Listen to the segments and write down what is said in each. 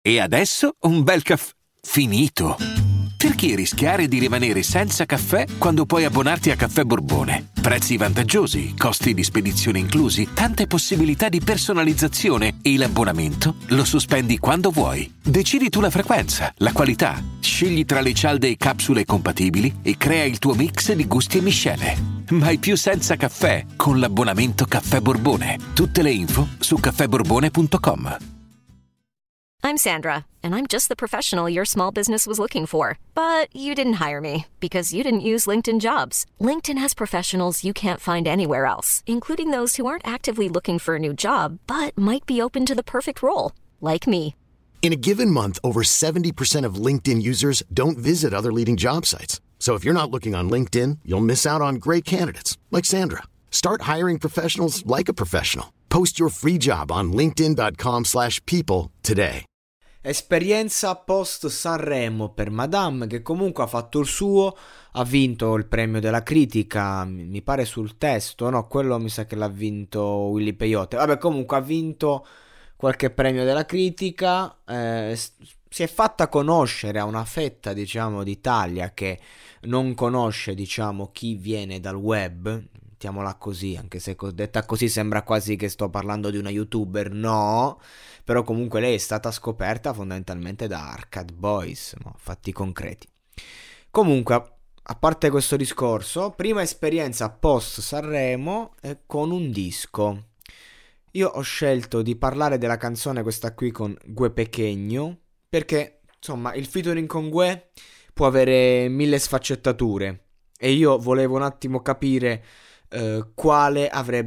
E adesso un bel caffè finito. Perché rischiare di rimanere senza caffè quando puoi abbonarti a Caffè Borbone? Prezzi vantaggiosi, costi di spedizione inclusi, tante possibilità di personalizzazione e l'abbonamento lo sospendi quando vuoi. Decidi tu la frequenza, la qualità, scegli tra le cialde e capsule compatibili e crea il tuo mix di gusti e miscele. Mai più senza caffè con l'abbonamento Caffè Borbone. Tutte le info su caffèborbone.com. I'm Sandra, and I'm just the professional your small business was looking for. But you didn't hire me because you didn't use LinkedIn Jobs. LinkedIn has professionals you can't find anywhere else, including those who aren't actively looking for a new job, but might be open to the perfect role, like me. In a given month, over 70% of LinkedIn users don't visit other leading job sites. So if you're not looking on LinkedIn, you'll miss out on great candidates like Sandra. Start hiring professionals like a professional. Post your free job on linkedin.com/people today. Esperienza post Sanremo per Madame, che comunque ha fatto il suo, ha vinto il premio della critica, mi pare sul testo, no, quello mi sa che l'ha vinto Willy Peyote. Vabbè, comunque ha vinto qualche premio della critica, si è fatta conoscere a una fetta, diciamo, d'Italia che non conosce, diciamo, chi viene dal web, mettiamola così, anche se detta così sembra quasi che sto parlando di una youtuber, no, però comunque lei è stata scoperta fondamentalmente da Arcade Boys, no? Fatti concreti. Comunque, a parte questo discorso, prima esperienza post Sanremo con un disco. Io ho scelto di parlare della canzone questa qui con Gue Pequeno perché, insomma, il featuring con Gue può avere 1000 sfaccettature e io volevo un attimo capire quale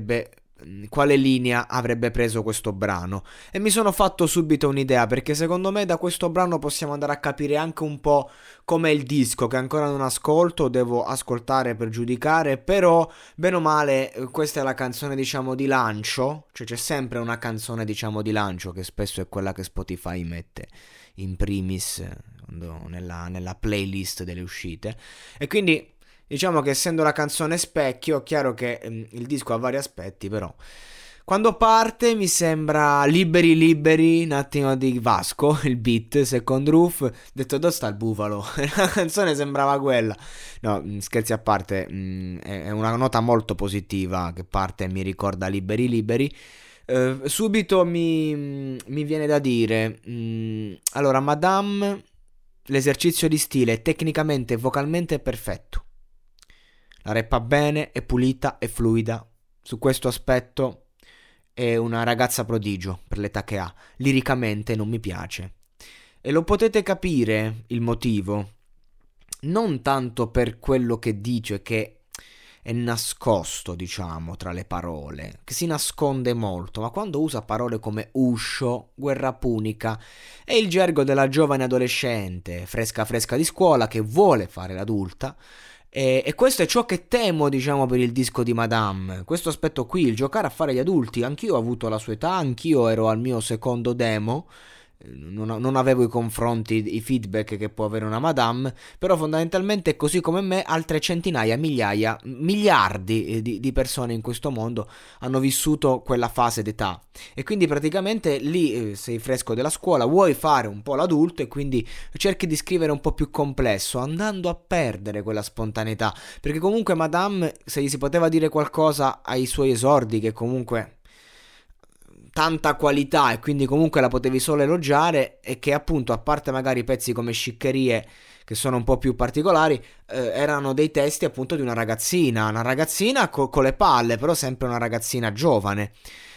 linea avrebbe preso questo brano, e mi sono fatto subito un'idea, perché secondo me da questo brano possiamo andare a capire anche un po' com'è il disco, che ancora non ascolto, devo ascoltare per giudicare, però bene o male questa è la canzone, diciamo, di lancio, cioè c'è sempre una canzone, diciamo, di lancio, che spesso è quella che Spotify mette in primis nella playlist delle uscite, e quindi diciamo che essendo la canzone specchio, chiaro che il disco ha vari aspetti, però quando parte mi sembra Liberi Liberi, un attimo di Vasco, il beat, Second Roof, ho detto dove sta il bufalo? La canzone sembrava quella. No, scherzi a parte, è una nota molto positiva che parte e mi ricorda Liberi Liberi. Subito mi viene da dire, allora Madame, l'esercizio di stile è tecnicamente e vocalmente perfetto. La rappa bene, è pulita, è fluida. Su questo aspetto è una ragazza prodigio per l'età che ha. Liricamente non mi piace. E lo potete capire il motivo. Non tanto per quello che dice, che è nascosto, diciamo, tra le parole, che si nasconde molto, ma quando usa parole come uscio, guerra punica, è il gergo della giovane adolescente, fresca fresca di scuola, che vuole fare l'adulta. E questo è ciò che temo, diciamo, per il disco di Madame. Questo aspetto qui, il giocare a fare gli adulti. Anch'io ho avuto la sua età, anch'io ero al mio secondo demo. Non avevo i confronti, i feedback che può avere una Madame, però fondamentalmente così come me altre centinaia, migliaia, miliardi di persone in questo mondo hanno vissuto quella fase d'età, e quindi praticamente lì sei fresco della scuola, vuoi fare un po' l'adulto e quindi cerchi di scrivere un po' più complesso, andando a perdere quella spontaneità, perché comunque Madame, se gli si poteva dire qualcosa ai suoi esordi, che comunque tanta qualità e quindi comunque la potevi solo elogiare, e che appunto, a parte magari pezzi come Sciccherie che sono un po' più particolari, erano dei testi appunto di una ragazzina con le palle, però sempre una ragazzina giovane,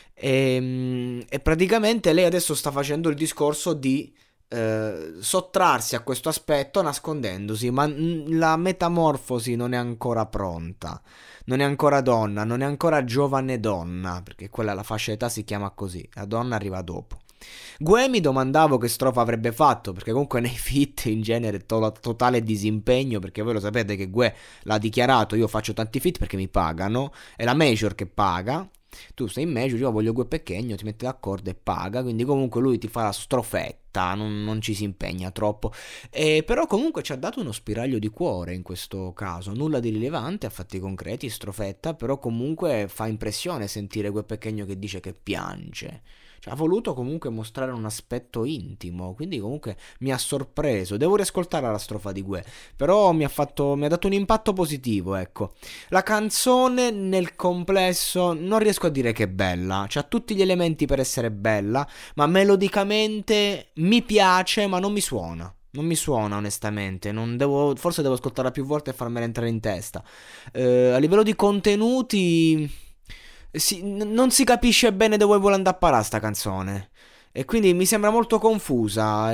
e praticamente lei adesso sta facendo il discorso di sottrarsi a questo aspetto nascondendosi, ma la metamorfosi non è ancora pronta, non è ancora donna, non è ancora giovane donna, perché quella, la fascia d'età si chiama così, la donna arriva dopo. Gue mi domandavo che strofa avrebbe fatto, perché comunque nei feat in genere totale disimpegno, perché voi lo sapete che Gue l'ha dichiarato: io faccio tanti feat perché mi pagano, è la major che paga. Tu sei in major, io voglio Gue Pequeno, ti metti d'accordo e paga, quindi comunque lui ti fa la strofetta, non ci si impegna troppo, però comunque ci ha dato uno spiraglio di cuore in questo caso, nulla di rilevante, a fatti concreti, strofetta, però comunque fa impressione sentire Gue Pequeno che dice che piange, Cioè, ha voluto comunque mostrare un aspetto intimo, quindi comunque mi ha sorpreso. Devo riascoltare la strofa di Gue, però mi ha dato un impatto positivo, ecco. La canzone nel complesso non riesco a dire che è bella, c'ha tutti gli elementi per essere bella, ma melodicamente mi piace, ma non mi suona. Non mi suona onestamente, forse devo ascoltarla più volte e farmela entrare in testa. A livello di contenuti, non si capisce bene dove vuole andare a parare sta canzone. E quindi mi sembra molto confusa.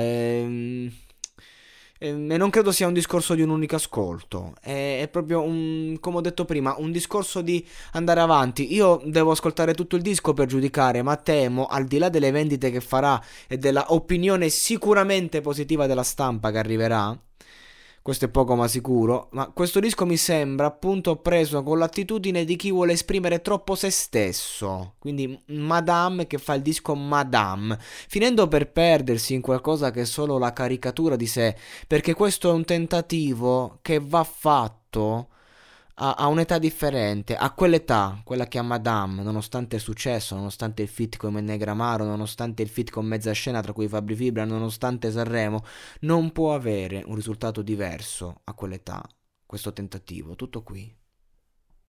E non credo sia un discorso di un unico ascolto. È proprio come ho detto prima, un discorso di andare avanti. Io devo ascoltare tutto il disco per giudicare, ma temo, al di là delle vendite che farà e della opinione sicuramente positiva della stampa che arriverà, questo è poco ma sicuro, ma questo disco mi sembra appunto preso con l'attitudine di chi vuole esprimere troppo se stesso, quindi Madame che fa il disco Madame, finendo per perdersi in qualcosa che è solo la caricatura di sé, perché questo è un tentativo che va fatto a un'età differente, a quell'età, quella che ha Madame, nonostante il successo, nonostante il feat con Negramaro, nonostante il feat con Mezza Scena, tra cui Fabri Fibra, nonostante Sanremo, non può avere un risultato diverso a quell'età, questo tentativo, tutto qui.